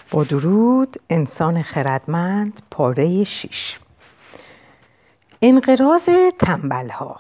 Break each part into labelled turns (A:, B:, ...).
A: با درود. انسان خردمند پاره 6. انقراض تنبل‌ها.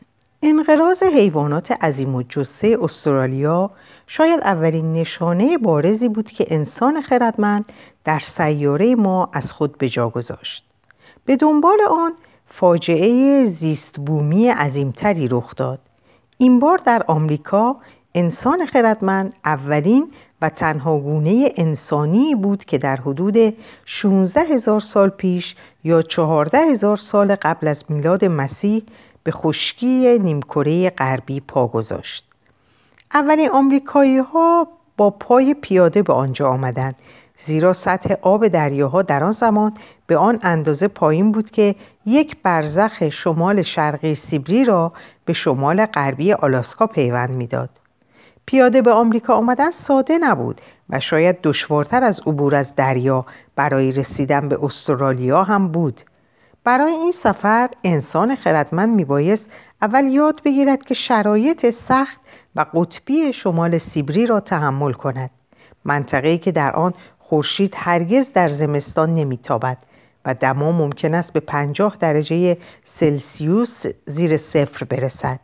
A: انقراض حیوانات عظیم‌الجثه استرالیا شاید اولین نشانه بارزی بود که انسان خردمند در سیاره ما از خود به جا گذاشت. به دنبال آن فاجعه زیست بومی عظیمتری رخ داد. این بار در آمریکا انسان خردمند اولین و تنها گونه انسانی بود که در حدود 16,000 سال پیش یا 14,000 سال قبل از میلاد مسیح به خشکی نیمکره غربی پا گذاشت. اولین آمریکایی‌ها با پای پیاده به آنجا آمدند، زیرا سطح آب دریاها در آن زمان به آن اندازه پایین بود که یک برزخ شمال شرقی سیبری را به شمال غربی آلاسکا پیوند می‌داد. پیاده به آمریکا آمدن ساده نبود و شاید دشوارتر از عبور از دریا برای رسیدن به استرالیا هم بود. برای این سفر انسان خردمند میبایست اول یاد بگیرد که شرایط سخت و قطبی شمال سیبری را تحمل کند، منطقه‌ای که در آن خورشید هرگز در زمستان نمیتابد و دما ممکن است به 50 درجه سلسیوس زیر صفر برسد.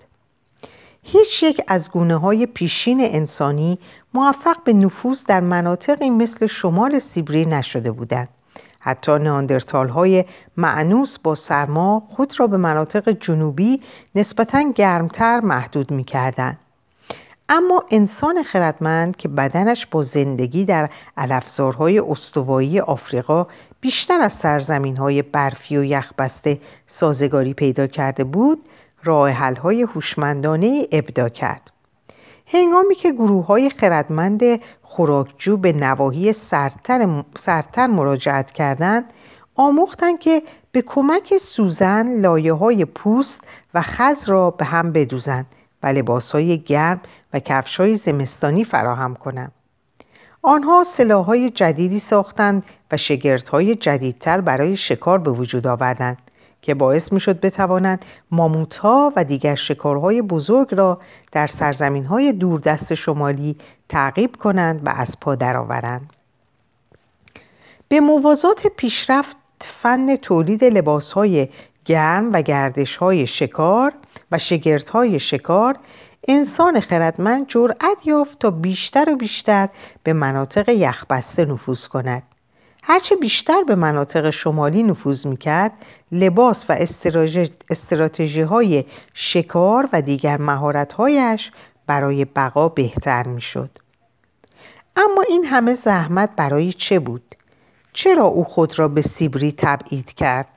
A: هیچ یک از گونه‌های پیشین انسانی موفق به نفوذ در مناطقی مثل شمال سیبری نشده بودند. حتی نئاندرتال‌های مأنوس با سرما خود را به مناطق جنوبی نسبتاً گرمتر محدود می‌کردند. اما انسان خردمند که بدنش با زندگی در علفزارهای استوایی آفریقا بیشتر از سرزمین‌های برفی و یخبسته سازگاری پیدا کرده بود، راه حل‌های هوشمندانه ابداع کرد. هنگامی که گروه‌های خردمند خوراکجو به نواحی سردتر مراجعت کردند، آموختند که به کمک سوزن لایه‌های پوست و خز را به هم بدوزند و لباس‌های گرم و کفش‌های زمستانی فراهم کنند. آنها سلاح‌های جدیدی ساختند و شگردهای جدیدتر برای شکار به وجود آوردند که باعث می‌شد بتوانند ماموت‌ها و دیگر شکارهای بزرگ را در سرزمین‌های دوردست شمالی تعقیب کنند و از پا درآورند. به موازات پیشرفت فن تولید لباس‌های گرم و گردش‌های شکار و شگردهای شکار، انسان خردمند جرأت یافت تا بیشتر و بیشتر به مناطق یخبسته نفوذ کند. هرچه بیشتر به مناطق شمالی نفوذ می‌کرد، لباس و استراتژی‌های شکار و دیگر مهارت‌هایش برای بقا بهتر می‌شد. اما این همه زحمت برای چه بود؟ چرا او خود را به سیبری تبعید کرد؟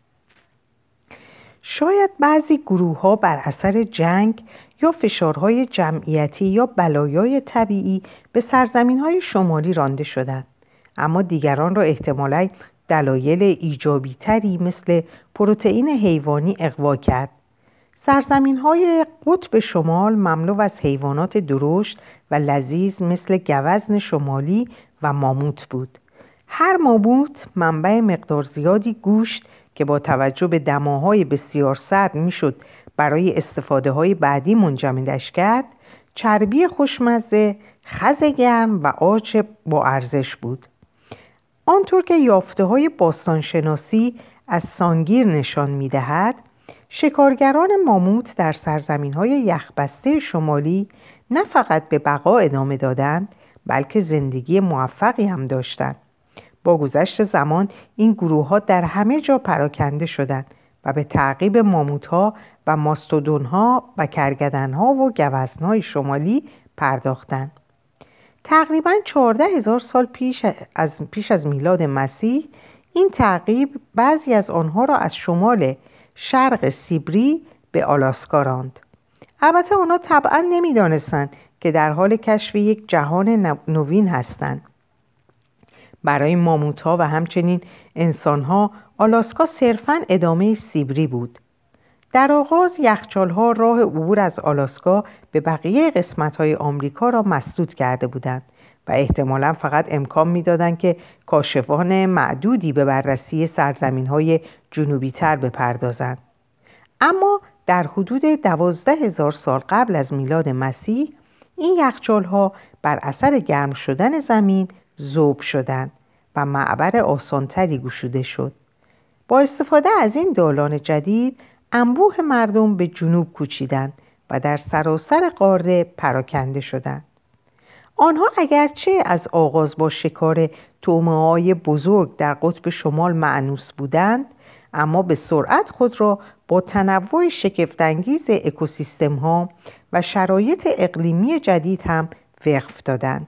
A: شاید بعضی گروه‌ها بر اثر جنگ یا فشارهای جمعیتی یا بلایای طبیعی به سرزمین‌های شمالی رانده شدند. اما دیگران را احتمالاً دلایل ایجابی تری مثل پروتئین حیوانی اغوا کرد. سرزمین‌های قطب شمال مملو از حیوانات درشت و لذیذ مثل گوزن شمالی و ماموت بود. هر ماموت منبع مقدار زیادی گوشت که با توجه به دماهای بسیار سرد میشد برای استفاده‌های بعدی منجمدش کرد، چربی خوشمزه، خز گرم و عاج با ارزش بود. آنطور که یافته‌های باستانشناسی از سانگیر نشان می‌دهد، شکارگران ماموت در سرزمین‌های یخبسته شمالی نه فقط به بقا ادامه دادند، بلکه زندگی موفقی هم داشتند. با گذشت زمان این گروه‌ها در همه جا پراکنده شدند و به تعقیب ماموت‌ها و ماستودون‌ها و کرگدن‌ها و گوزن‌های شمالی پرداختند. تقریباً 14,000 سال پیش از میلاد مسیح این تعقیب بعضی از آنها را از شمال شرق سیبری به آلاسکا راند. البته آنها طبعاً نمی‌دانستند که در حال کشف یک جهان نوین هستند. برای ماموت‌ها و همچنین انسان‌ها آلاسکا صرفاً ادامه سیبری بود. در آغاز یخچال‌ها راه عبور از آلاسکا به بقیه قسمت‌های آمریکا را مسدود کرده بودند و احتمالاً فقط امکان می‌دادند که کاشفان معدودی به بررسی سرزمین‌های جنوبی‌تر بپردازند. اما در حدود 12,000 سال قبل از میلاد مسیح این یخچال‌ها بر اثر گرم شدن زمین ذوب شدند و معبر آسانتری گشوده شد. با استفاده از این دالان جدید انبوه مردم به جنوب کوچیدند و در سراسر قاره پراکنده شدند. آنها اگرچه از آغاز با شکار طعمه‌های بزرگ در قطب شمال مأنوس بودند، اما به سرعت خود را با تنوع شگفت‌انگیز اکوسیستم‌ها و شرایط اقلیمی جدید هم وقف دادند.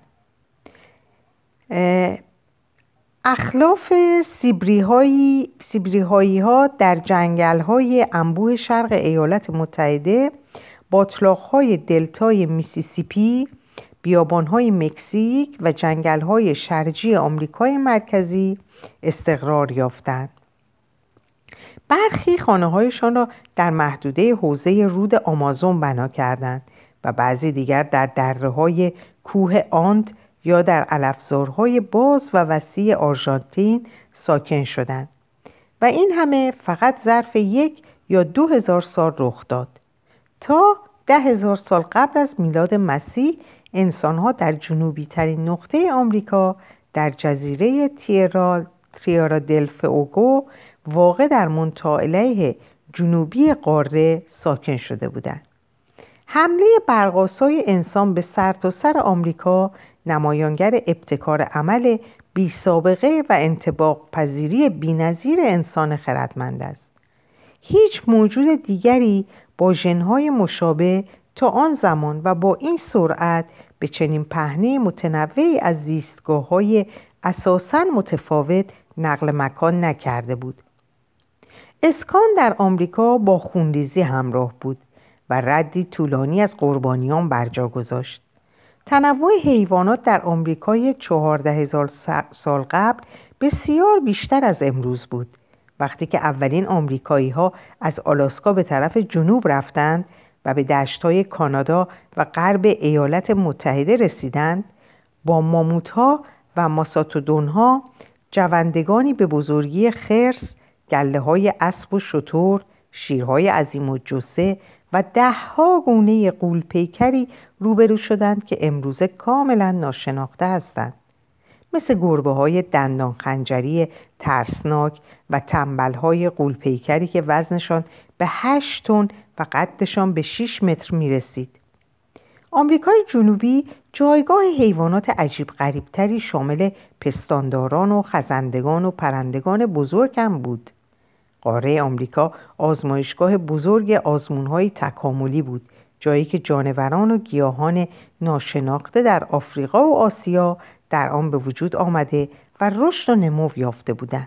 A: اخلاف سیبری‌هایی‌ها در جنگل‌های انبوه شرق ایالات متحده، باتلاق‌های دلتای میسیسیپی، بیابان‌های مکزیک و جنگل‌های شرجی آمریکای مرکزی استقرار یافتند. برخی خانه‌هایشان را در محدوده حوزه رود آمازون بنا کردند و بعضی دیگر در دره‌های کوه آند یا در علفزارهای باز و وسیع آرژانتین ساکن شدند و این همه فقط ظرف 1 یا 2000 سال رخ داد. تا 10,000 سال قبل از میلاد مسیح انسان‌ها در جنوبی ترین نقطه آمریکا در جزیره تیرا دل فوگو واقع در منطقه جنوبی قاره ساکن شده بودند. حمله برق‌آسای انسان به سرتاسر آمریکا نمایانگر ابتکار عمل بی سابقه و انطباق پذیری بی‌نظیر انسان خردمند است. هیچ موجود دیگری با ژن‌های مشابه تا آن زمان و با این سرعت به چنین پهنه متنوعی از زیستگاه‌های اساساً متفاوت نقل مکان نکرده بود. اسکان در آمریکا با خونریزی همراه بود و ردی طولانی از قربانیان بر جا گذاشت. تنوع حیوانات در آمریکای 14,000 سال قبل بسیار بیشتر از امروز بود. وقتی که اولین آمریکایی‌ها از آلاسکا به طرف جنوب رفتند و به دشت‌های کانادا و غرب ایالات متحده رسیدند، با ماموت‌ها و ماستودون‌ها، جوندگانی به بزرگی خرس، گله‌های اسب و شتر، شیرهای عظیم‌الجثه و 10 گونه غول‌پیکری روبرو شدند که امروزه کاملا ناشناخته هستند، مثل گربه‌های دندان خنجری ترسناک و تنبل‌های غول‌پیکری که وزنشان به 8 تن و قدشان به 6 متر می‌رسید. آمریکای جنوبی جایگاه حیوانات عجیب غریبتری شامل پستانداران و خزندگان و پرندگان بزرگ هم بود. قاره آمریکا آزمایشگاه بزرگ آزمون‌های تکاملی بود، جایی که جانوران و گیاهان ناشناخته در آفریقا و آسیا در آن به وجود آمده و رشد و نمو یافته بودند.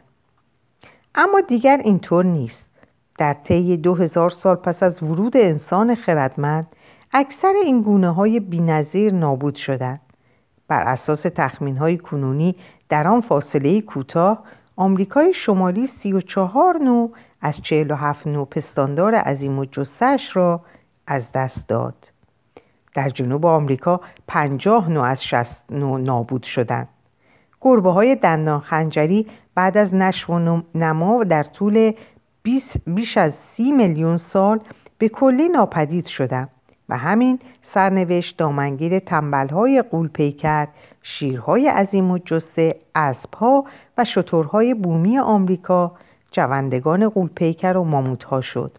A: اما دیگر اینطور نیست. در طی 2000 سال پس از ورود انسان خردمند، اکثر این گونه‌های بی‌نظیر نابود شدند. بر اساس تخمین‌های کنونی در آن فاصله کوتاه، آمریکای شمالی 34 نوع از 47 نوع پستاندار عظیم‌الجثه‌اش را از دست داد. در جنوب آمریکا 50 نوع از 60 نوع نابود شدند. گربه‌های دندان خنجری بعد از نشو و نما در طول بیش از 30 میلیون سال به کلی ناپدید شدند و همین سرنوشت دامنگیر تنبل‌های غول‌پیکر، شیرهای عظیم‌الجثه، اسب‌ها و شترهای بومی آمریکا، جوندگان غول‌پیکر و ماموت‌ها شد.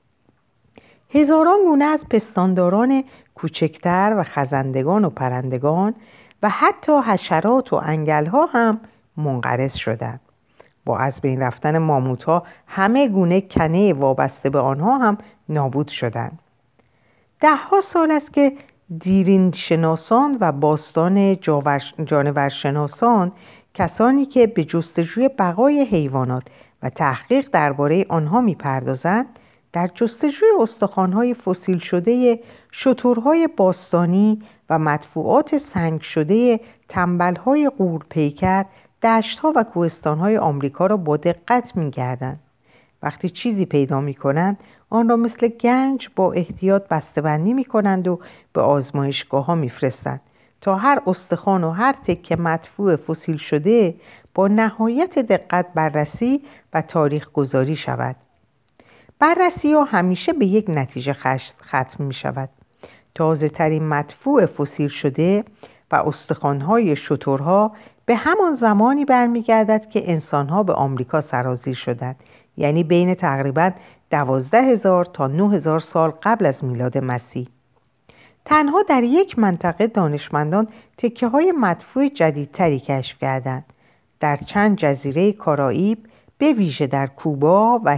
A: هزاران گونه از پستانداران کوچکتر و خزندگان و پرندگان و حتی حشرات و انگل‌ها هم منقرض شدند. با از بین رفتن ماموت‌ها همه گونه کنه وابسته به آنها هم نابود شدند. 10 سال است که دیرینشناسان و باستان جانورشناسان، کسانی که به جستجوی بقای حیوانات و تحقیق درباره آنها می‌پردازند، در جستجوی استخوان‌های فسیل شده شترهای باستانی و مدفوعات سنگ شده تنبل‌های غول‌پیکر، دشت‌ها و کوهستان‌های آمریکا را با دقت می‌گردند. وقتی چیزی پیدا می‌کنند، آن را مثل گنج با احتیاط بسته‌بندی می‌کنند و به آزمایشگاه‌ها می‌فرستند تا هر استخوان و هر تکه مدفوع فسیل شده با نهایت دقت بررسی و تاریخ گذاری شود. بررسی ها همیشه به یک نتیجه ختم می شود. تازه ترین مدفوع فسیل شده و استخوان‌های شترها به همان زمانی برمیگردد که انسان‌ها به آمریکا سرازیر شدند، یعنی بین تقریباً 12,000 تا 9,000 سال قبل از میلاد مسیح. تنها در یک منطقه دانشمندان تکه‌های مدفوع جدیدتری کشف کردند. در چند جزیره کارائیب، به ویژه در کوبا و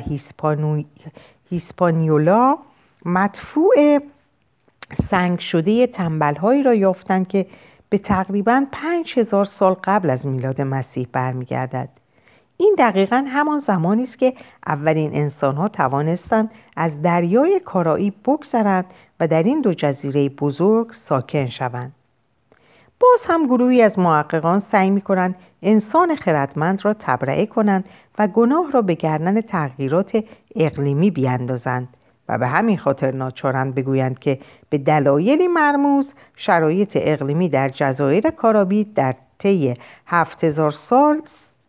A: هیسپانیولا، مدفوع سنگ شده تنبل‌هایی را یافتند که به تقریباً 5,000 سال قبل از میلاد مسیح برمیگردد. این دقیقاً همان زمانی است که اولین انسان‌ها توانستند از دریای کارائیب بگذرند و در این دو جزیره بزرگ ساکن شوند. باز هم گروهی از محققان سعی می‌کنند انسان خردمند را تبرئه کنند و گناه را به گردن تغییرات اقلیمی بیاندازند و به همین خاطر ناچارند بگویند که به دلایلی مرموز شرایط اقلیمی در جزایر کارائیب در طی 7,000 سال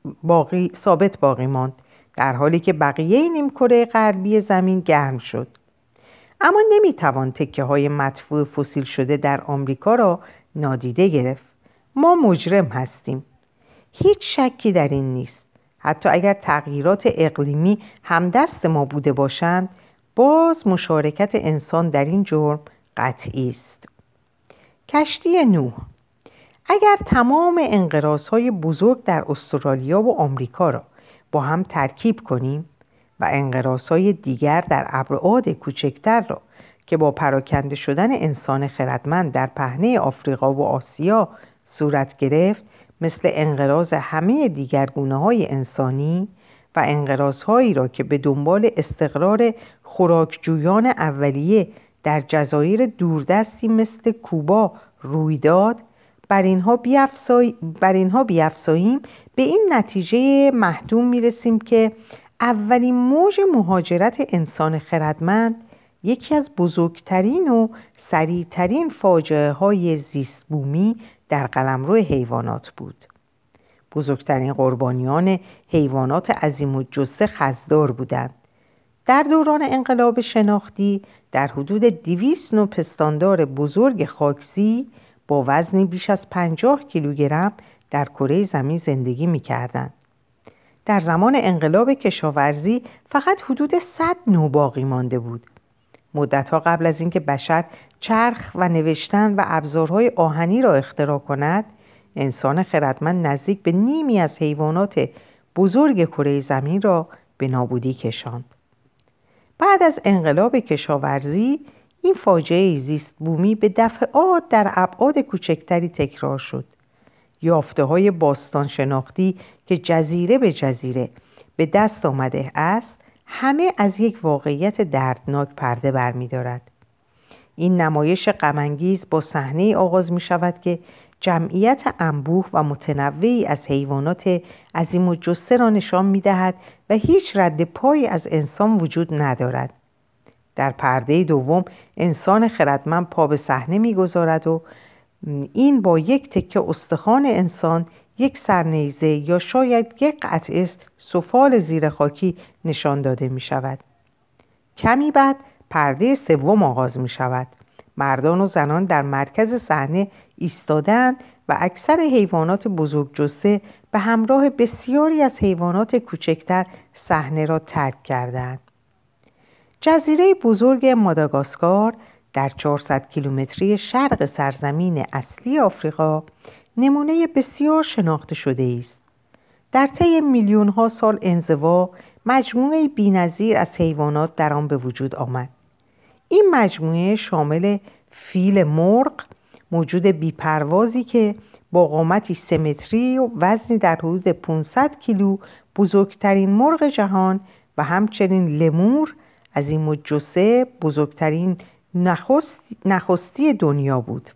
A: ثابت باقی ماند، در حالی که بقیه نیمکره غربی زمین گرم شد. اما نمیتوان تکه‌های مدفوع فسیل شده در آمریکا را نادیده گرفت. ما مجرم هستیم. هیچ شکی در این نیست. حتی اگر تغییرات اقلیمی همدست ما بوده باشند، باز مشارکت انسان در این جرم قطعی است. کشتی نوح. اگر تمام انقراض‌های بزرگ در استرالیا و آمریکا را با هم ترکیب کنیم و انقراض‌های دیگر در ابعاد کوچکتر را که با پراکنده شدن انسان خردمند در پهنه آفریقا و آسیا صورت گرفت، مثل انقراض همه دیگر گونه‌های انسانی و انقراض‌هایی را که به دنبال استقرار خوراکجویان اولیه در جزایر دوردستی مثل کوبا روی داد، بر اینها بیفزاییم به این نتیجه محتوم میرسیم که اولین موج مهاجرت انسان خردمند یکی از بزرگترین و سریعترین فاجعه های زیست بومی در قلمرو حیوانات بود. بزرگترین قربانیان حیوانات عظیم‌الجثه خضدار بودند. در دوران انقلاب شناختی در حدود 200 نوع پستاندار بزرگ خاکسی با وزنی بیش از 50 کیلوگرم در کره زمین زندگی می‌کردند. در زمان انقلاب کشاورزی فقط حدود 100 نوع باقی مانده بود. مدت‌ها قبل از اینکه بشر چرخ و نوشتن و ابزارهای آهنی را اختراع کند، انسان خردمند نزدیک به نیمی از حیوانات بزرگ کره زمین را به نابودی کشاند. بعد از انقلاب کشاورزی این فاجعه زیست بومی به دفعات در ابعاد کوچکتری تکرار شد. یافته‌های باستان شناختی که جزیره به جزیره به دست آمده است، همه از یک واقعیت دردناک پرده برمی‌دارد. این نمایش غم‌انگیز با صحنه‌ای آغاز می‌شود که جمعیت انبوه و متنوعی از حیوانات عظیم‌الجثه را نشان می‌دهد و هیچ رد پایی از انسان وجود ندارد. در پرده دوم انسان خردمند پا به صحنه می‌گذارد و این با یک تکه استخوان انسان، یک سرنیزه یا شاید یک قطعه سفال زیر خاکی نشان داده می شود. کمی بعد پرده سوم آغاز می شود. مردان و زنان در مرکز صحنه ایستادند و اکثر حیوانات بزرگجثه به همراه بسیاری از حیوانات کوچکتر صحنه را ترک کردند. جزیره بزرگ ماداگاسکار در 400 کیلومتری شرق سرزمین اصلی آفریقا نمونه بسیار شناخته شده است. در طی میلیون‌ها سال انزوا مجموعه بی‌نظیر از حیوانات در آن به وجود آمد. این مجموعه شامل فیل مرغ، موجود بی‌پروازی که با قامتی 3 متری و وزنی در حدود 500 کیلو بزرگترین مرغ جهان و همچنین لمور عظیم‌الجثه بزرگترین نخستی دنیا بود.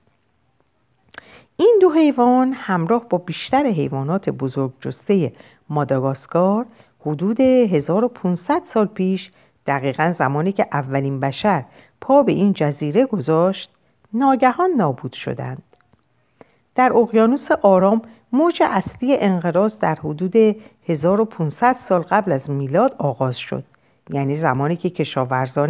A: این دو حیوان همراه با بیشتر حیوانات بزرگجثه ماداگاسکار حدود 1500 سال پیش، دقیقاً زمانی که اولین بشر پا به این جزیره گذاشت، ناگهان نابود شدند. در اقیانوس آرام موج اصلی انقراض در حدود 1500 سال قبل از میلاد آغاز شد، یعنی زمانی که کشاورزان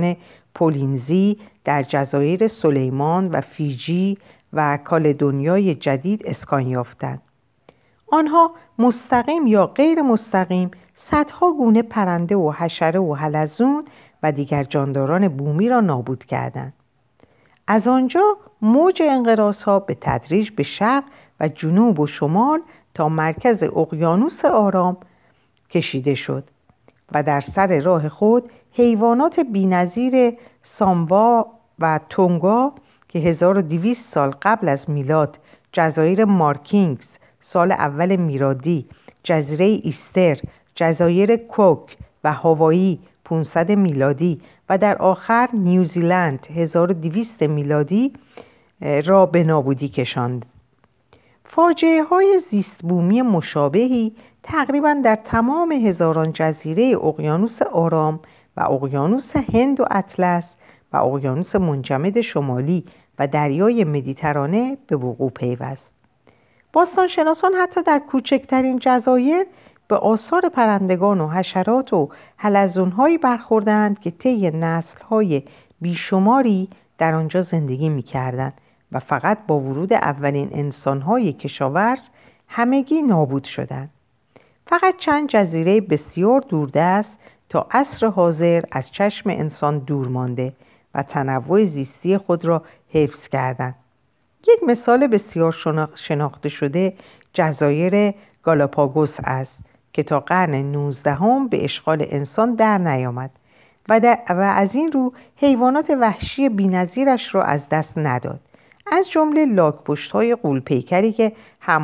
A: پولینزی در جزایر سلیمان و فیجی و کالدونیای جدید اسکان یافتند. آنها مستقیم یا غیر مستقیم صدها گونه پرنده و حشره و حلزون و دیگر جانداران بومی را نابود کردند. از آنجا موج انقراض‌ها به تدریج به شرق و جنوب و شمال تا مرکز اقیانوس آرام کشیده شد و در سر راه خود حیوانات بی‌نظیر ساموا و تونگا که 1200 سال قبل از میلاد جزایر مارکینگز، سال اول میلادی جزیره ایستر، جزایر کوک و هاوایی 500 میلادی و در آخر نیوزیلند 1200 میلادی را به نابودی کشاند. فاجعه های زیست بومی مشابهی تقریباً در تمام هزاران جزیره اقیانوس آرام و اقیانوس هند و اطلس و اقیانوس منجمد شمالی و دریای مدیترانه به وقوع پیوست. باستانشناسان حتی در کوچکترین جزایر به آثار پرندگان و حشرات و حلزون‌هایی برخوردند که طی نسل‌های بیشماری در آنجا زندگی می‌کردند و فقط با ورود اولین انسان‌های کشاورز همگی نابود شدند. فقط چند جزیره بسیار دوردست تا عصر حاضر از چشم انسان دور مانده و تنوع زیستی خود را حفظ کردند. یک مثال بسیار شناخته شده جزایر گالاپاگوس است که تا قرن 19 به اشغال انسان در نیامد و از این رو حیوانات وحشی بی‌نظیرش را از دست نداد، از جمله لاک‌پشت‌های غول‌پیکری که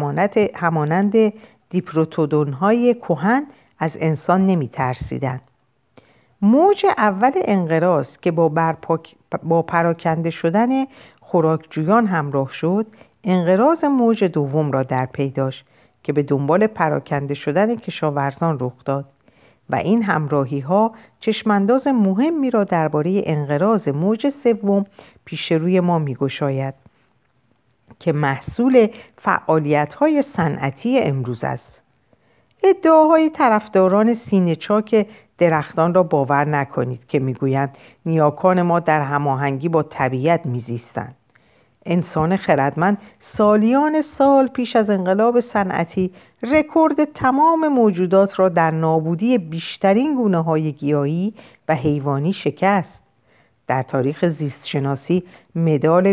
A: همانند دیپروتودون‌های کهن از انسان نمی‌ترسیدند. موج اول انقراض که با پراکنده شدن خوراکجویان همراه شد، انقراض موج دوم را در پی داشت که به دنبال پراکنده شدن کشاورزان رخ داد و این همراهی‌ها چشمانداز مهمی را درباره انقراض موج سوم پیش روی ما می‌گشاید که محصول فعالیت‌های صنعتی امروز است. ادعاهای طرفداران سینه چاک درختان را باور نکنید که میگویند نیاکان ما در هماهنگی با طبیعت میزیستند. انسان خردمند سالیان سال پیش از انقلاب صنعتی رکورد تمام موجودات را در نابودی بیشترین گونه‌های گیاهی و حیوانی شکست. در تاریخ زیستشناسی مدال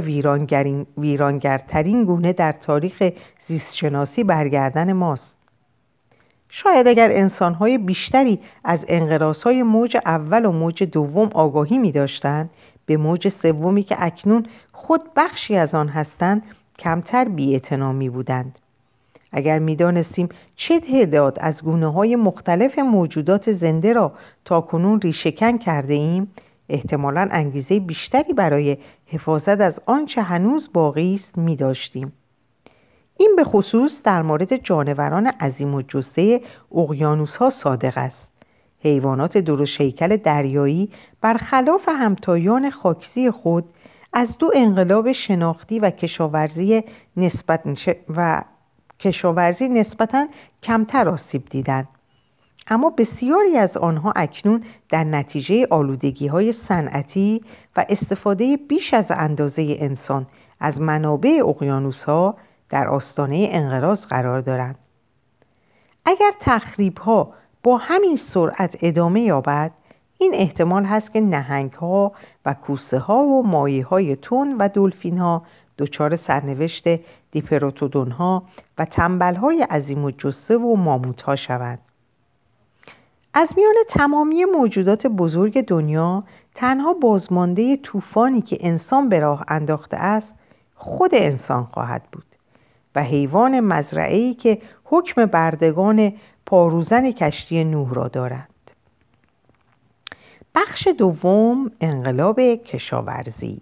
A: ویرانگرترین گونه در تاریخ زیستشناسی برگردن ماست. شاید اگر انسان‌های بیشتری از انقراض‌های موج اول و موج دوم آگاهی می‌داشتند، به موج سومی که اکنون خود بخشی از آن هستند کمتر بی‌اعتنا می‌بودند. اگر می‌دانستیم چه تعداد از گونه‌های مختلف موجودات زنده را تاکنون ریشه‌کن کرده ایم، احتمالاً انگیزه بیشتری برای حفاظت از آنچه هنوز باقی است می‌داشتیم. این به خصوص در مورد جانوران عظیم الجثه اقیانوس‌ها صادق است. حیوانات درشت‌هیکل دریایی برخلاف همتایان خاکسی خود از دو انقلاب شناختی و کشاورزی نسبتاً کمتر آسیب دیدند، اما بسیاری از آنها اکنون در نتیجه آلودگی‌های صنعتی و استفاده بیش از اندازه انسان از منابع اقیانوس‌ها در آستانه انقراض قرار دارند. اگر تخریب‌ها با همین سرعت ادامه یابد، این احتمال هست که نهنگ‌ها و کوسه‌ها و ماهی‌های تن و دلفین‌ها دچار سرنوشت دیپروتودون‌ها و تنبل‌های عظیم الجثه و ماموت‌ها شوند. از میان تمامی موجودات بزرگ دنیا تنها بازمانده طوفانی که انسان به راه انداخته است خود انسان خواهد بود و حیوان مزرعه‌ای که حکم بردگان پاروزن کشتی نوح را دارند. بخش دوم، انقلاب کشاورزی.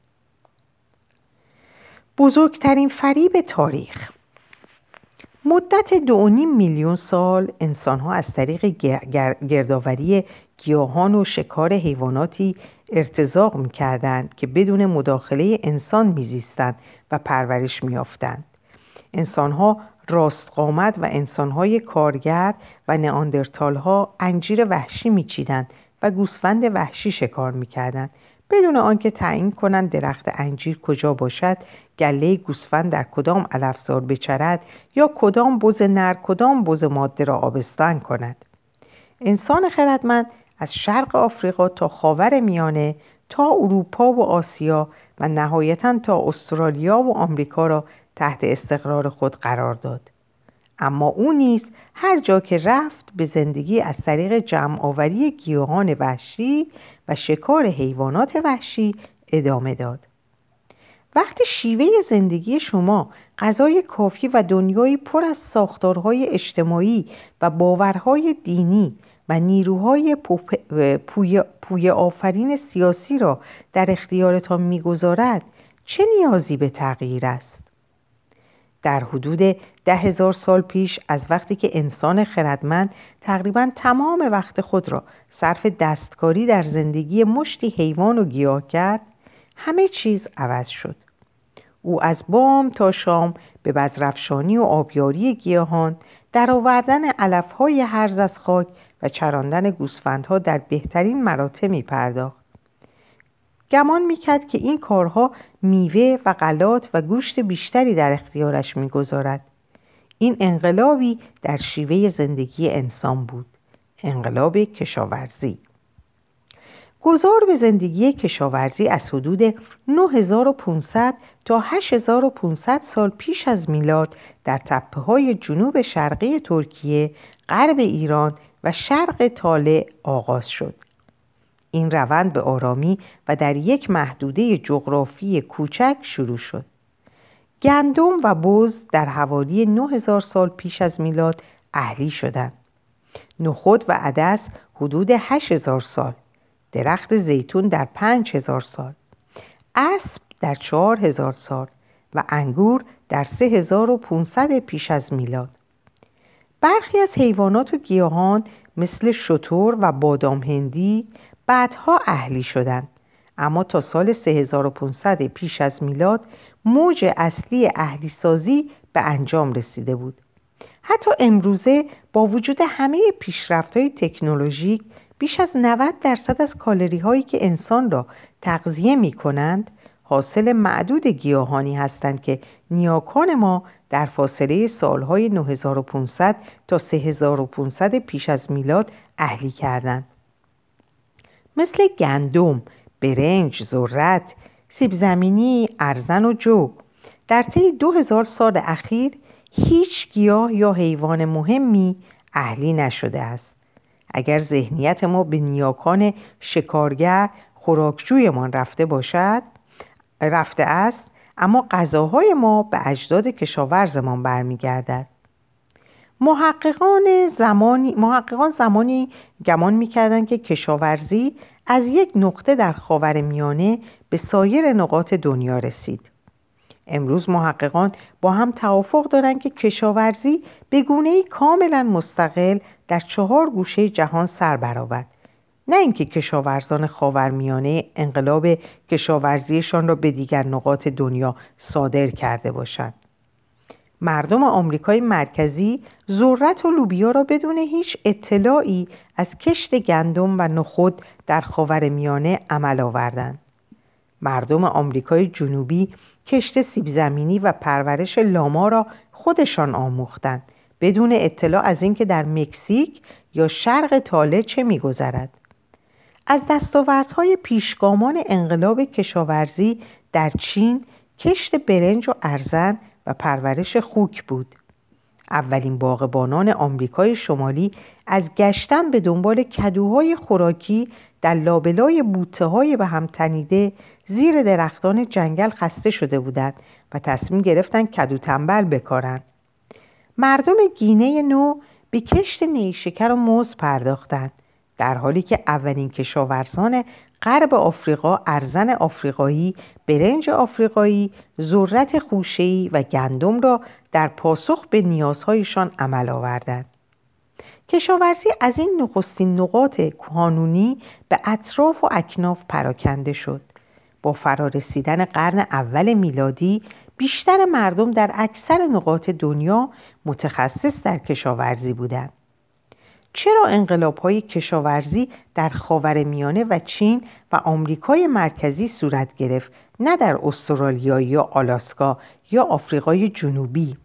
A: بزرگترین فریب تاریخ. مدت 2.5 میلیون سال انسان‌ها از طریق گردآوری گیاهان و شکار حیواناتی ارتزاق می‌کردند که بدون مداخله انسان می‌زیستند و پرورش می‌یافتند. انسان‌ها راستقامت و انسان‌های کارگر و نئاندرتال‌ها انجیر وحشی می‌چیدند و گوسفند وحشی شکار می‌کردند. بدون آنکه تعیین کنند درخت انجیر کجا باشد، گله گوسفند در کدام علفزار بچرد یا کدام بز نر کدام بز ماده را آبستن کند. انسان خردمند از شرق آفریقا تا خاور میانه تا اروپا و آسیا و نهایتاً تا استرالیا و آمریکا را تحت استقرار خود قرار داد. اما او نیز هر جا که رفت به زندگی از طریق جمع آوری گیاهان وحشی و شکار حیوانات وحشی ادامه داد. وقتی شیوه زندگی شما غذای کافی و دنیایی پر از ساختارهای اجتماعی و باورهای دینی و نیروهای پویه آفرین سیاسی را در اختیارتان می‌گذارد، چه نیازی به تغییر است؟ در حدود 10,000 سال پیش از وقتی که انسان خردمند تقریباً تمام وقت خود را صرف دستکاری در زندگی مشتی حیوان و گیاه کرد، همه چیز عوض شد. او از بام تا شام به بذرافشانی و آبیاری گیاهان، درآوردن علف‌های هرز از خاک و چراندن گوسفندها در بهترین مراتب می‌پرداخت. گمان می‌کرد که این کارها میوه و غلات و گوشت بیشتری در اختیارش می‌گذارد. این انقلابی در شیوه زندگی انسان بود، انقلاب کشاورزی. گذار به زندگی کشاورزی از حدود 9500 تا 8500 سال پیش از میلاد در تپه‌های جنوب شرقی ترکیه، غرب ایران و شرق طالع آغاز شد. این روند به آرامی و در یک محدوده جغرافی کوچک شروع شد. گندم و بز در حوالی 9000 سال پیش از میلاد اهلی شدند. نخود و عدس حدود 8000 سال، درخت زیتون در 5000 سال، اسب در 4000 سال و انگور در 3500 پیش از میلاد. برخی از حیوانات و گیاهان مثل شتر و بادام هندی بعدها اهلی شدند، اما تا سال 3500 پیش از میلاد موج اصلی اهلی سازی به انجام رسیده بود. حتی امروزه با وجود همه پیشرفت‌های تکنولوژیک، بیش از 90% از کالری هایی که انسان را تغذیه می کنند حاصل معدود گیاهانی هستند که نیاکان ما در فاصله سالهای 9500 تا 3500 پیش از میلاد اهلی کردند. مثل گندم، برنج، ذرت، سیب زمینی، ارزن و جو. در طی 2000 سال اخیر هیچ گیاه یا حیوان مهمی اهلی نشده است. اگر ذهنیت ما به نیاکان شکارگر خوراکجویمان رفته است، اما غذاهای ما به اجداد کشاورزمان برمیگردد. محققان زمانی گمان می‌کردند که کشاورزی از یک نقطه در خاورمیانه به سایر نقاط دنیا رسید. امروز محققان با هم توافق دارند که کشاورزی به گونه‌ای کاملا مستقل در 4 گوشه جهان سر برآورد، نه اینکه کشاورزان خاورمیانه انقلاب کشاورزیشان را به دیگر نقاط دنیا صادر کرده باشند. مردم آمریکای مرکزی ذرت و لوبیا را بدون هیچ اطلاعی از کشت گندم و نخود در خاورمیانه عمل آوردند. مردم آمریکای جنوبی کشت سیب زمینی و پرورش لاما را خودشان آموختند، بدون اطلاع از اینکه در مکزیک یا شرق طالع چه می‌گذرد. از دستاوردهای پیشگامان انقلاب کشاورزی در چین کشت برنج و ارزن و پرورش خوک بود. اولین باغبانان آمریکای شمالی از گشتن به دنبال کدوهای خوراکی در لابلای بوته‌های به هم تنیده زیر درختان جنگل خسته شده بودند و تصمیم گرفتند کدو تنبل بکارند. مردم گینه نو به کشت نیشکر و موز پرداختند، در حالی که اولین کشاورزان غرب آفریقا ارزن آفریقایی، برنج آفریقایی، ذرت خوشه‌ای و گندم را در پاسخ به نیازهایشان عمل آوردند. کشاورزی از این نخستین نقاط کانونی به اطراف و اکناف پراکنده شد. با فرارسیدن قرن اول میلادی بیشتر مردم در اکثر نقاط دنیا متخصص در کشاورزی بودند. چرا انقلاب‌های کشاورزی در خاورمیانه و چین و آمریکای مرکزی صورت گرفت، نه در استرالیا یا آلاسکا یا آفریقای جنوبی؟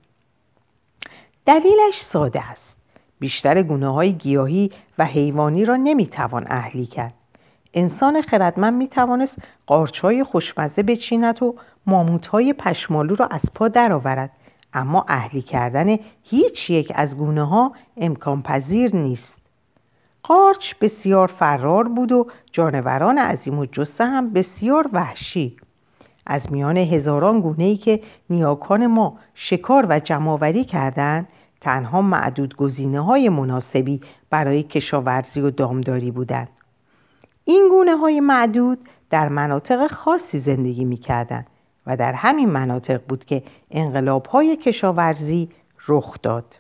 A: دلیلش ساده است. بیشتر گونه‌های گیاهی و حیوانی را نمی‌توان اهلی کرد. انسان خردمند می‌توانست قارچ‌های خوشمزه بچیند و ماموت‌های پشمالو را از پا درآورد، اما اهلی کردن هیچ یک از گونه‌ها امکان پذیر نیست. قارچ بسیار فرار بود و جانوران عظیم‌الجثه هم بسیار وحشی. از میان هزاران گونه‌ای که نیاکان ما شکار و جمع‌آوری کردند، تنها معدود گزینه‌های مناسبی برای کشاورزی و دامداری بودند. این گونه‌های معدود در مناطق خاصی زندگی می‌کردند و در همین مناطق بود که انقلاب‌های کشاورزی رخ داد.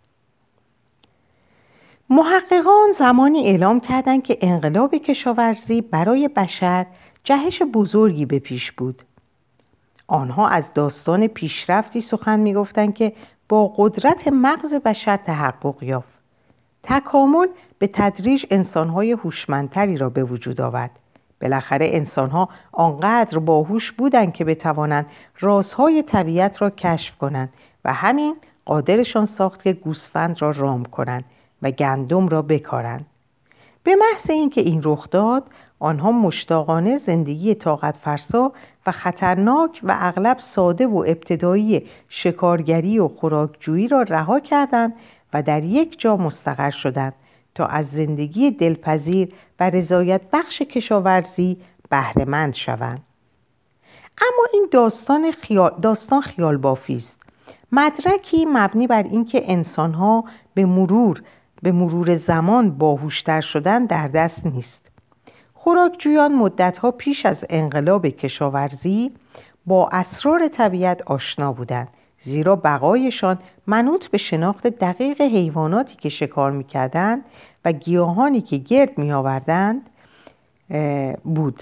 A: محققان زمانی اعلام کردند که انقلاب کشاورزی برای بشر جهش بزرگی به پیش بود. آنها از داستان پیشرفتی سخن می‌گفتند که با قدرت مغز بشر تحقق یافت. تکامل به تدریج انسان‌های هوشمندتری را به وجود آورد. بالاخره انسان‌ها آنقدر باهوش بودند که بتوانند رازهای طبیعت را کشف کنند و همین قادرشان ساخت که گوسفند را رام کنند و گندم را بکارند. به محض اینکه این رخ داد، آنها مشتاقانه زندگی طاقت فرسا و خطرناک و اغلب ساده و ابتدایی شکارگری و خوراکجویی را رها کردند و در یک جا مستقر شدند تا از زندگی دلپذیر و رضایت بخش کشاورزی بهره مند شوند. اما این داستان خیال بافی است. مدرکی مبنی بر اینکه انسان‌ها به مرور زمان باهوشتر شدن در دست نیست. خوراکجویان مدتها پیش از انقلاب کشاورزی با اسرار طبیعت آشنا بودند، زیرا بقایشان منوط به شناخت دقیق حیواناتی که شکار می‌کردند و گیاهانی که گرد می‌آوردند بود.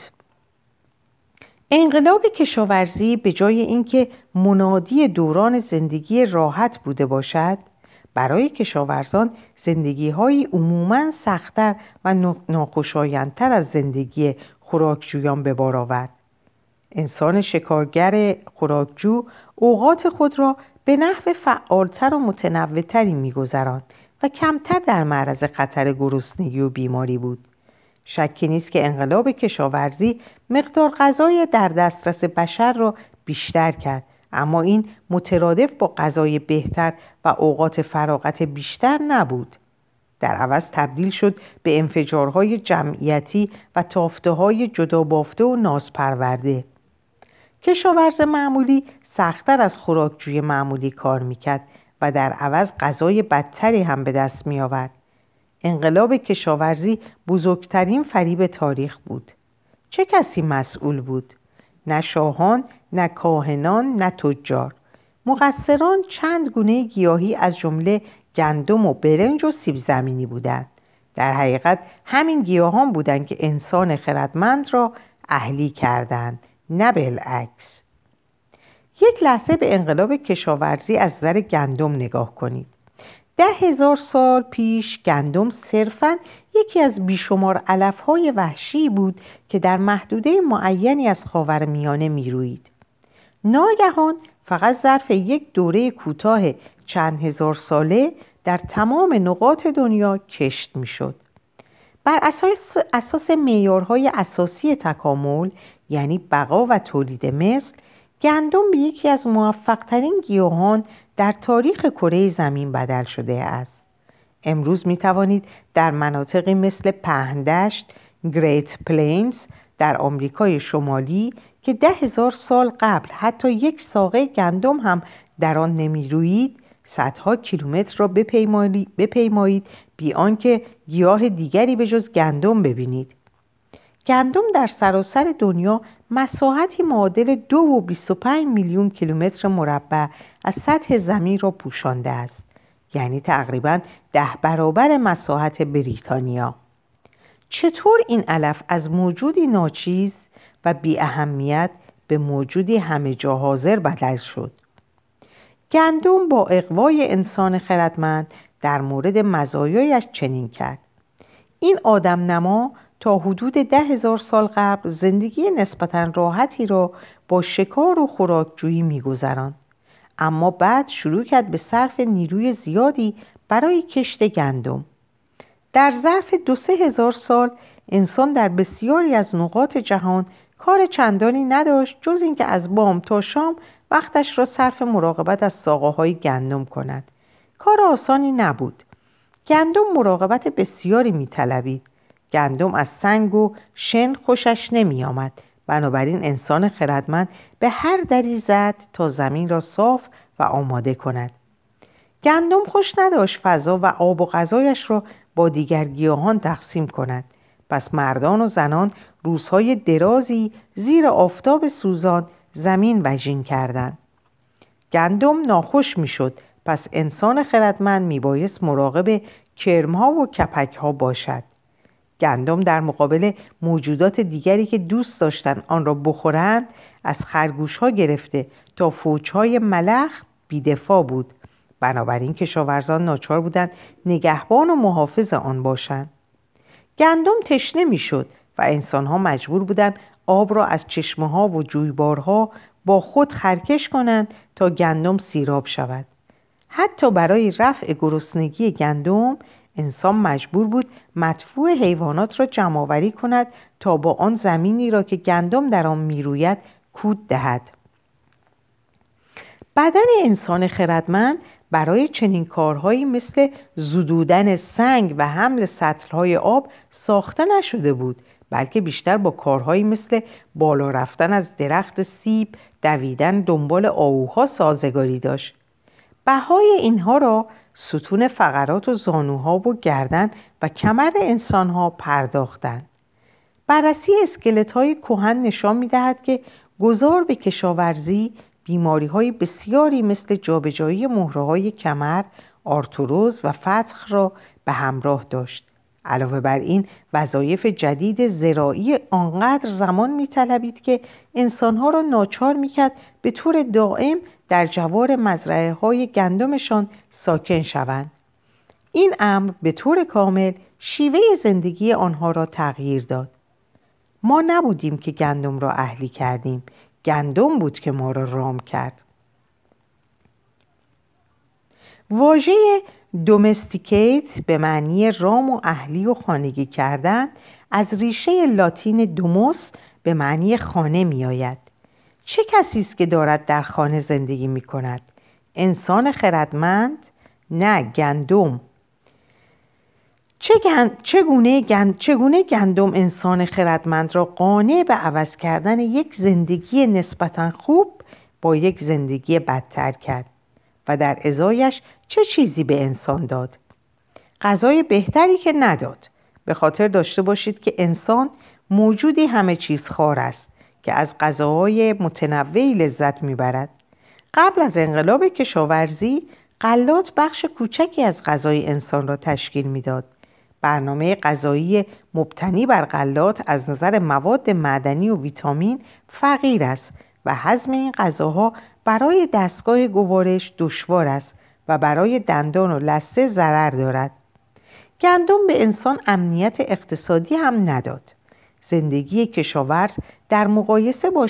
A: انقلاب کشاورزی به جای اینکه منادی دوران زندگی راحت بوده باشد، برای کشاورزان زندگی‌های عموماً سخت‌تر و ناخوشایندتر از زندگی خوراکجویان به بار آورد. انسان شکارگر خوراکجو اوقات خود را به نحو فعالتر و متنوع‌تری می‌گذراند و کمتر در معرض خطر گرسنگی و بیماری بود. شکی نیست که انقلاب کشاورزی مقدار غذای در دسترس بشر را بیشتر کرد، اما این مترادف با غذای بهتر و اوقات فراغت بیشتر نبود. در عوض تبدیل شد به انفجارهای جمعیتی و تافته‌های جدا بافته و نازپرورده. کشاورز معمولی سخت‌تر از خوراکجوی معمولی کار میکرد و در عوض غذای بدتری هم به دست میآورد. انقلاب کشاورزی بزرگترین فریب تاریخ بود. چه کسی مسئول بود؟ نه شاهان، نه کاهنان، نه تجار. مقصران چند گونه گیاهی از جمله گندم و برنج و سیب زمینی بودند. در حقیقت همین گیاهان بودند که انسان خردمند را اهلی کردند، نه بالعکس. یک لحظه به انقلاب کشاورزی از نظر گندم نگاه کنید. 10,000 سال پیش گندم صرفاً یکی از بیشمار علف‌های وحشی بود که در محدوده معینی از خاورمیانه می‌رویید. ناگهان فقط ظرف یک دوره کوتاه چند هزار ساله در تمام نقاط دنیا کشت می‌شد. بر اساس معیارهای اساسی تکامل، یعنی بقا و تولید مثل، گندم به یکی از موفق‌ترین گیاهان در تاریخ کره زمین بدل شده است. امروز می توانید در مناطقی مثل پهندشت، گریت پلینز در آمریکای شمالی که 10,000 سال قبل حتی یک ساقه گندم هم در آن نمی رویید، صدها کیلومتر را بپیمایید بی آنکه گیاه دیگری به جز گندم ببینید. گندم در سراسر دنیا مساحتی معادل 2.25 میلیون کیلومتر مربع از سطح زمین را پوشانده است، یعنی تقریباً 10 برابر مساحت بریتانیا. چطور این علف از موجودی ناچیز و بی اهمیت به موجودی همه جا حاضر بدل شد؟ گندم با اقوای انسان خردمند در مورد مزایایش چنین کرد: این آدم نما تا حدود 10,000 سال قبل زندگی نسبتاً راحتی را با شکار و خوراکجویی می‌گذراند، اما بعد شروع کرد به صرف نیروی زیادی برای کشت گندم. در ظرف 2-3 هزار سال انسان در بسیاری از نقاط جهان کار چندانی نداشت جز اینکه از بام تا شام وقتش را صرف مراقبت از ساقه‌های گندم کند. کار آسانی نبود. گندم مراقبت بسیاری می‌طلبید. گندم از سنگ و شن خوشش نمی‌آمد. بنابراین انسان خردمند به هر دری زد تا زمین را صاف و آماده کند. گندم خوش نداشت فضا و آب و غذایش را با دیگر گیاهان تقسیم کند. پس مردان و زنان روزهای درازی زیر آفتاب سوزان زمین وژین کردند. گندم ناخوش میشد، پس انسان خردمند میبایست مراقب کرمها و کپکها باشد. گندم در مقابل موجودات دیگری که دوست داشتند آن را بخورند، از خرگوشها گرفته تا فوجهای ملخ بی‌دفاع بود. بنابراین کشاورزان ناچار بودند نگهبان و محافظ آن باشند. گندم تشنه میشد و انسانها مجبور بودند آب را از چشمه‌ها و جویبارها با خود خرکش کنند تا گندم سیراب شود. حتی برای رفع گرسنگی گندم انسان مجبور بود مدفوع حیوانات را جمع‌آوری کند تا با آن زمینی را که گندم در آن می‌روید کود دهد. بدن انسان خردمند برای چنین کارهایی مثل زدودن سنگ و حمل سطل‌های آب ساخته نشده بود، بلکه بیشتر با کارهایی مثل بالا رفتن از درخت سیب، دویدن دنبال آهوها سازگاری داشت. بهای اینها را ستون فقرات و زانوها و گردن و کمر انسانها پرداختند. بررسی اسکلت‌های کهن نشان می‌دهد که گذار به کشاورزی بیماری‌های بسیاری مثل جابجایی مهره‌های کمر، آرتروز و فتق را به همراه داشت. علاوه بر این وظایف جدید زراعی آنقدر زمان می‌طلبید که انسان‌ها را ناچار می‌کرد به طور دائم در جوار مزرعه‌های گندمشان ساکن شوند. این امر به طور کامل شیوه زندگی آنها را تغییر داد. ما نبودیم که گندم را اهلی کردیم، گندم بود که ما را رام کرد. واژه دومستیکیت به معنی رام و اهلی و خانگی کردن از ریشه لاتین دوموس به معنی خانه می آید. چه کسی است که دارد در خانه زندگی می کند؟ انسان خردمند؟ نه، گندم. چگونه گندم انسان خردمند را قانع به عوض کردن یک زندگی نسبتاً خوب با یک زندگی بدتر کرد و در ازایش چه چیزی به انسان داد؟ غذای بهتری که نداد. به خاطر داشته باشید که انسان موجودی همه چیز خوار است که از غذاهای متنوعی لذت میبرد. قبل از انقلاب کشاورزی غلات بخش کوچکی از غذای انسان را تشکیل میداد. برنامه غذایی مبتنی بر غلات از نظر مواد معدنی و ویتامین فقیر است و هضم این غذاها برای دستگاه گوارش دشوار است و برای دندان و لثه ضرر دارد. گندم به انسان امنیت اقتصادی هم نداد. زندگی کشاورز در مقایسه با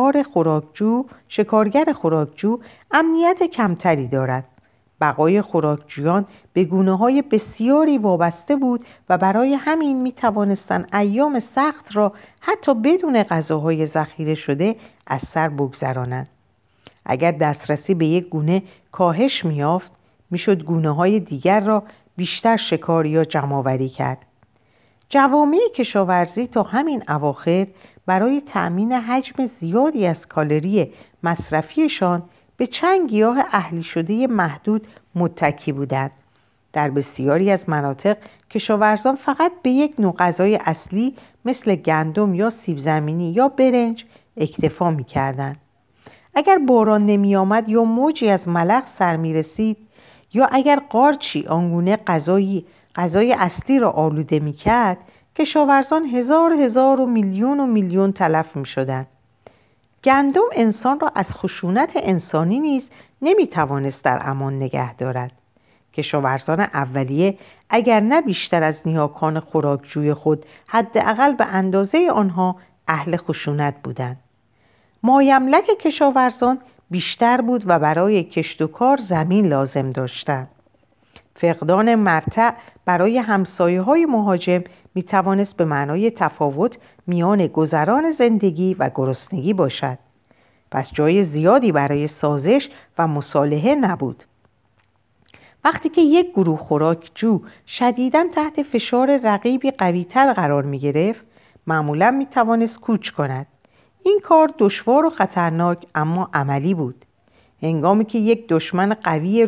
A: شکارگر خوراکجو امنیت کمتری دارد. بقای خوراکجویان به گونه‌های بسیاری وابسته بود و برای همین می‌توانستند ایام سخت را حتی بدون غذاهای ذخیره شده از سر بگذرانند. اگر دسترسی به یک گونه کاهش می‌یافت، می‌شد گونه‌های دیگر را بیشتر شکار یا جمع‌آوری کرد. جوامع کشاورزی تا همین اواخر برای تأمین حجم زیادی از کالری مصرفیشان به چند گیاه اهلی شده محدود متکی بودند. در بسیاری از مناطق کشاورزان فقط به یک نوع غذای اصلی مثل گندم یا سیب زمینی یا برنج اکتفا می‌کردند. اگر باران نمی‌آمد یا موجی از ملخ سر می‌رسید یا اگر قارچی آنگونه غذای اصلی را آلوده می‌کرد، کشاورزان هزار و میلیون تلف می‌شدند. گندم انسان را از خشونت انسانی نیز نمی‌توانست در امان نگه دارد. کشاورزان اولیه اگر نه بیشتر از نیاکان خوراکجوی خود حداقل به اندازه آنها اهل خشونت بودند. مایملک کشاورزان بیشتر بود و برای کشت و کار زمین لازم داشتند. فقدان مرتع برای همسایه‌های مهاجم می‌توانست به معنای تفاوت میان گذران زندگی و گرسنگی باشد. پس جای زیادی برای سازش و مصالحه نبود. وقتی که یک گروه خوراکجو شدیداً تحت فشار رقیبی قوی‌تر قرار می‌گرفت، معمولاً می‌توانست کوچ کند. این کار دشوار و خطرناک اما عملی بود. هنگامی که یک دشمن قوی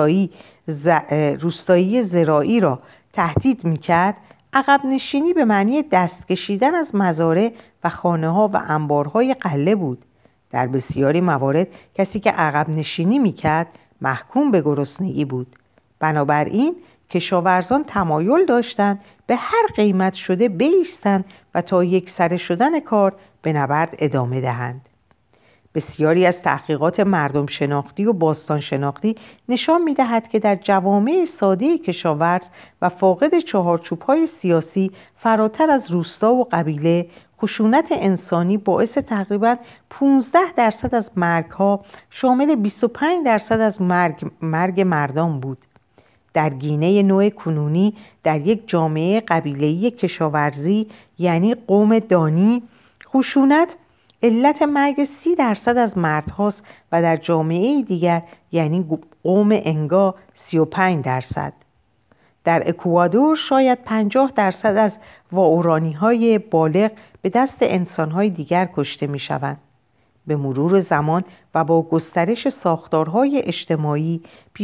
A: روستایی زراعی را تهدید می‌کرد، عقب نشینی به معنی دست کشیدن از مزارع و خانه‌ها و انبارهای غله بود. در بسیاری موارد کسی که عقب نشینی می‌کرد محکوم به گرسنگی بود. بنابراین کشاورزان تمایل داشتند به هر قیمت شده بایستند و تا یکسره شدن کار به نبرد ادامه دهند. بسیاری از تحقیقات مردم شناختی و باستان شناختی نشان می‌دهد که در جوامع ساده کشاورز و فاقد چهارچوب‌های سیاسی فراتر از روستا و قبیله، خشونت انسانی باعث تقریباً 15% از مرگ‌ها شامل 25% از مرگ مردان بود. در گینه نوع کنونی در یک جامعه قبیله‌ای کشاورزی یعنی قوم دانی، خشونت علت مرگ 30% از مردهاست و در جامعه دیگر یعنی قوم انگا 35%. در اکوادور شاید 50% از واورانی‌های بالغ به دست انسان‌های دیگر کشته می‌شوند. به مرور زمان و با گسترش ساختارهای اجتماعی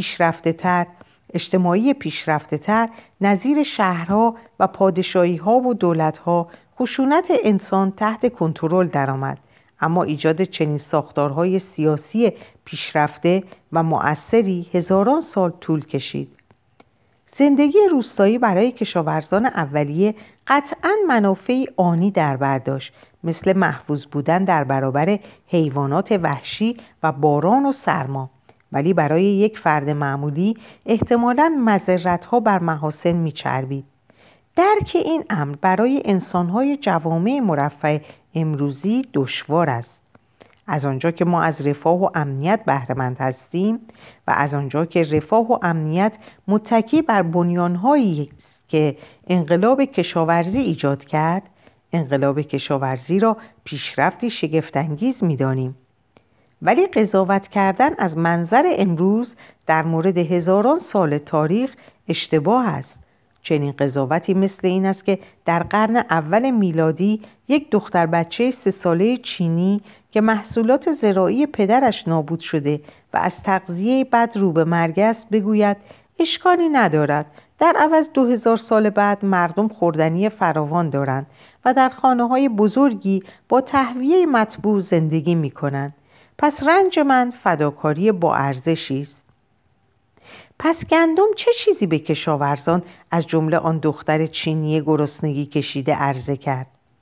A: پیشرفته‌تر نظیر شهرها و پادشاهی‌ها و دولت‌ها، خشونت انسان تحت کنترل درآمد، اما ایجاد چنین ساختارهای سیاسی پیشرفته و مؤثری هزاران سال طول کشید. زندگی روستایی برای کشاورزان اولیه قطعاً منافعی آنی در بر داشت، مثل محفوظ بودن در برابر حیوانات وحشی و باران و سرما. ولی برای یک فرد معمولی احتمالاً مضرت‌ها بر محاسن می‌چربید. درک این امر برای انسان‌های جوامع مرفه امروزی دشوار است. از آنجا که ما از رفاه و امنیت بهره‌مند هستیم و از آنجا که رفاه و امنیت متکی بر بنیان‌هایی است که انقلاب کشاورزی ایجاد کرد، انقلاب کشاورزی را پیشرفتی شگفت‌انگیز می‌دانیم. ولی قضاوت کردن از منظر امروز در مورد هزاران سال تاریخ اشتباه است. چنین قضاوتی مثل این است که در قرن اول میلادی یک دختر بچه 3 ساله چینی که محصولات زراعی پدرش نابود شده و از تغذیه بد رو به مرگ است بگوید اشکالی ندارد، در عوض 2000 سال بعد مردم خوردنی فراوان دارند و در خانه‌های بزرگی با تهویه مطبوع زندگی می‌کنند. پس رنج من فداکاری با ارزشی است. پس گندم چه چیزی به کشاورزان از جمله آن دختر چینی گرسنگی کشیده عرضه کرد؟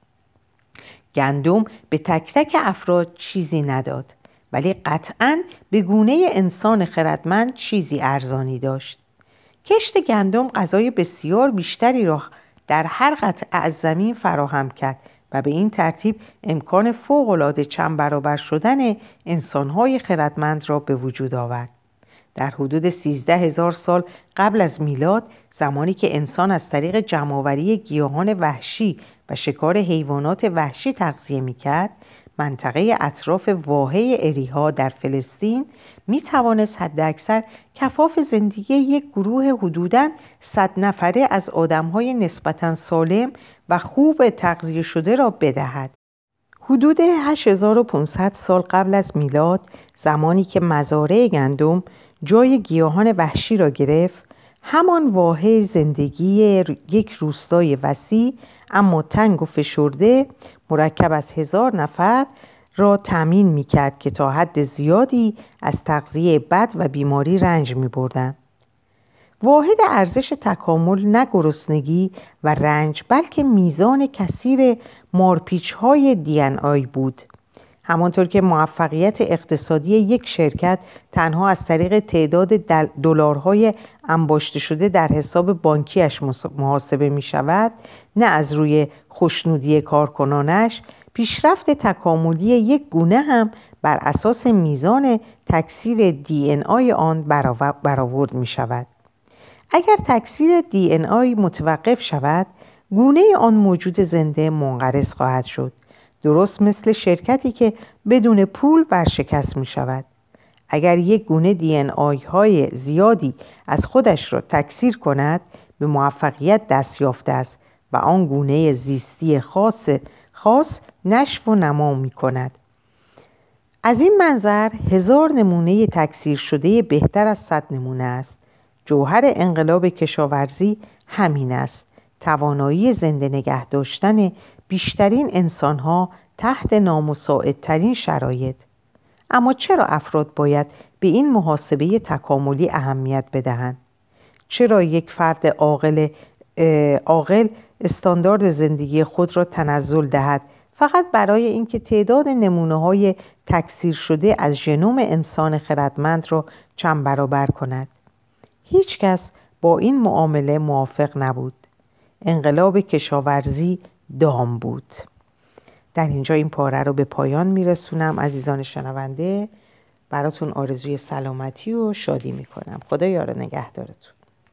A: گندم به تک تک افراد چیزی نداد، ولی قطعاً به گونه انسان خردمند چیزی ارزانی داشت. کشت گندم غذای بسیار بیشتری را در هر قطعه از زمین فراهم کرد و به این ترتیب امکان فوق‌العاده چند برابر شدن انسان‌های خردمند را به وجود آورد. در حدود 13000 سال قبل از میلاد، زمانی که انسان از طریق جمع‌آوری گیاهان وحشی و شکار حیوانات وحشی تغذیه می‌کرد، منطقه اطراف واحه اریحا در فلسطین می‌توانست حداکثر کفاف زندگی یک گروه حدوداً 100 نفره از آدم‌های نسبتاً سالم و خوب تغذیه شده را بدهد. حدود 8500 سال قبل از میلاد، زمانی که مزارع گندم جای گیاهان وحشی را گرفت، همان واحه زندگی یک روستای وسیع اما تنگ و فشرده مرکب از 1000 نفر را تامین می‌کرد که تا حد زیادی از تغذیه بد و بیماری رنج می‌بردند. واحد ارزش تکامل نه گرسنگی و رنج بلکه میزان کثیر مارپیچ‌های DNA بود. همانطور که موفقیت اقتصادی یک شرکت تنها از طریق تعداد دلارهای انباشته شده در حساب بانکیش محاسبه می شود، نه از روی خوشنودی کارکنانش، پیشرفت تکاملی یک گونه هم بر اساس میزان تکثیر دی آن برآورد می شود. اگر تکثیر دی متوقف شود، گونه آن موجود زنده منقرض خواهد شد، درست مثل شرکتی که بدون پول ورشکست می شود. اگر یک گونه های زیادی از خودش را تکثیر کند، به موفقیت دست یافته است و آن گونه زیستی خاص نشو و نما می کند. از این منظر 1000 نمونه تکثیر شده بهتر از 100 نمونه است. جوهر انقلاب کشاورزی همین است: توانایی زنده نگه داشتن بیشترین انسانها تحت نامساعدترین شرایط. اما چرا افراد باید به این محاسبه تکاملی اهمیت بدهند؟ چرا یک فرد عاقل استاندارد زندگی خود را تنزل دهد فقط برای اینکه تعداد نمونه‌های تکثیر شده از ژنوم انسان خردمند را چند برابر کند؟ هیچ کس با این معامله موافق نبود. انقلاب کشاورزی دام بود. در اینجا این پاره رو به پایان میرسونم. عزیزان شنونده، براتون آرزوی سلامتی و شادی میکنم. خدا یار نگهدارتون.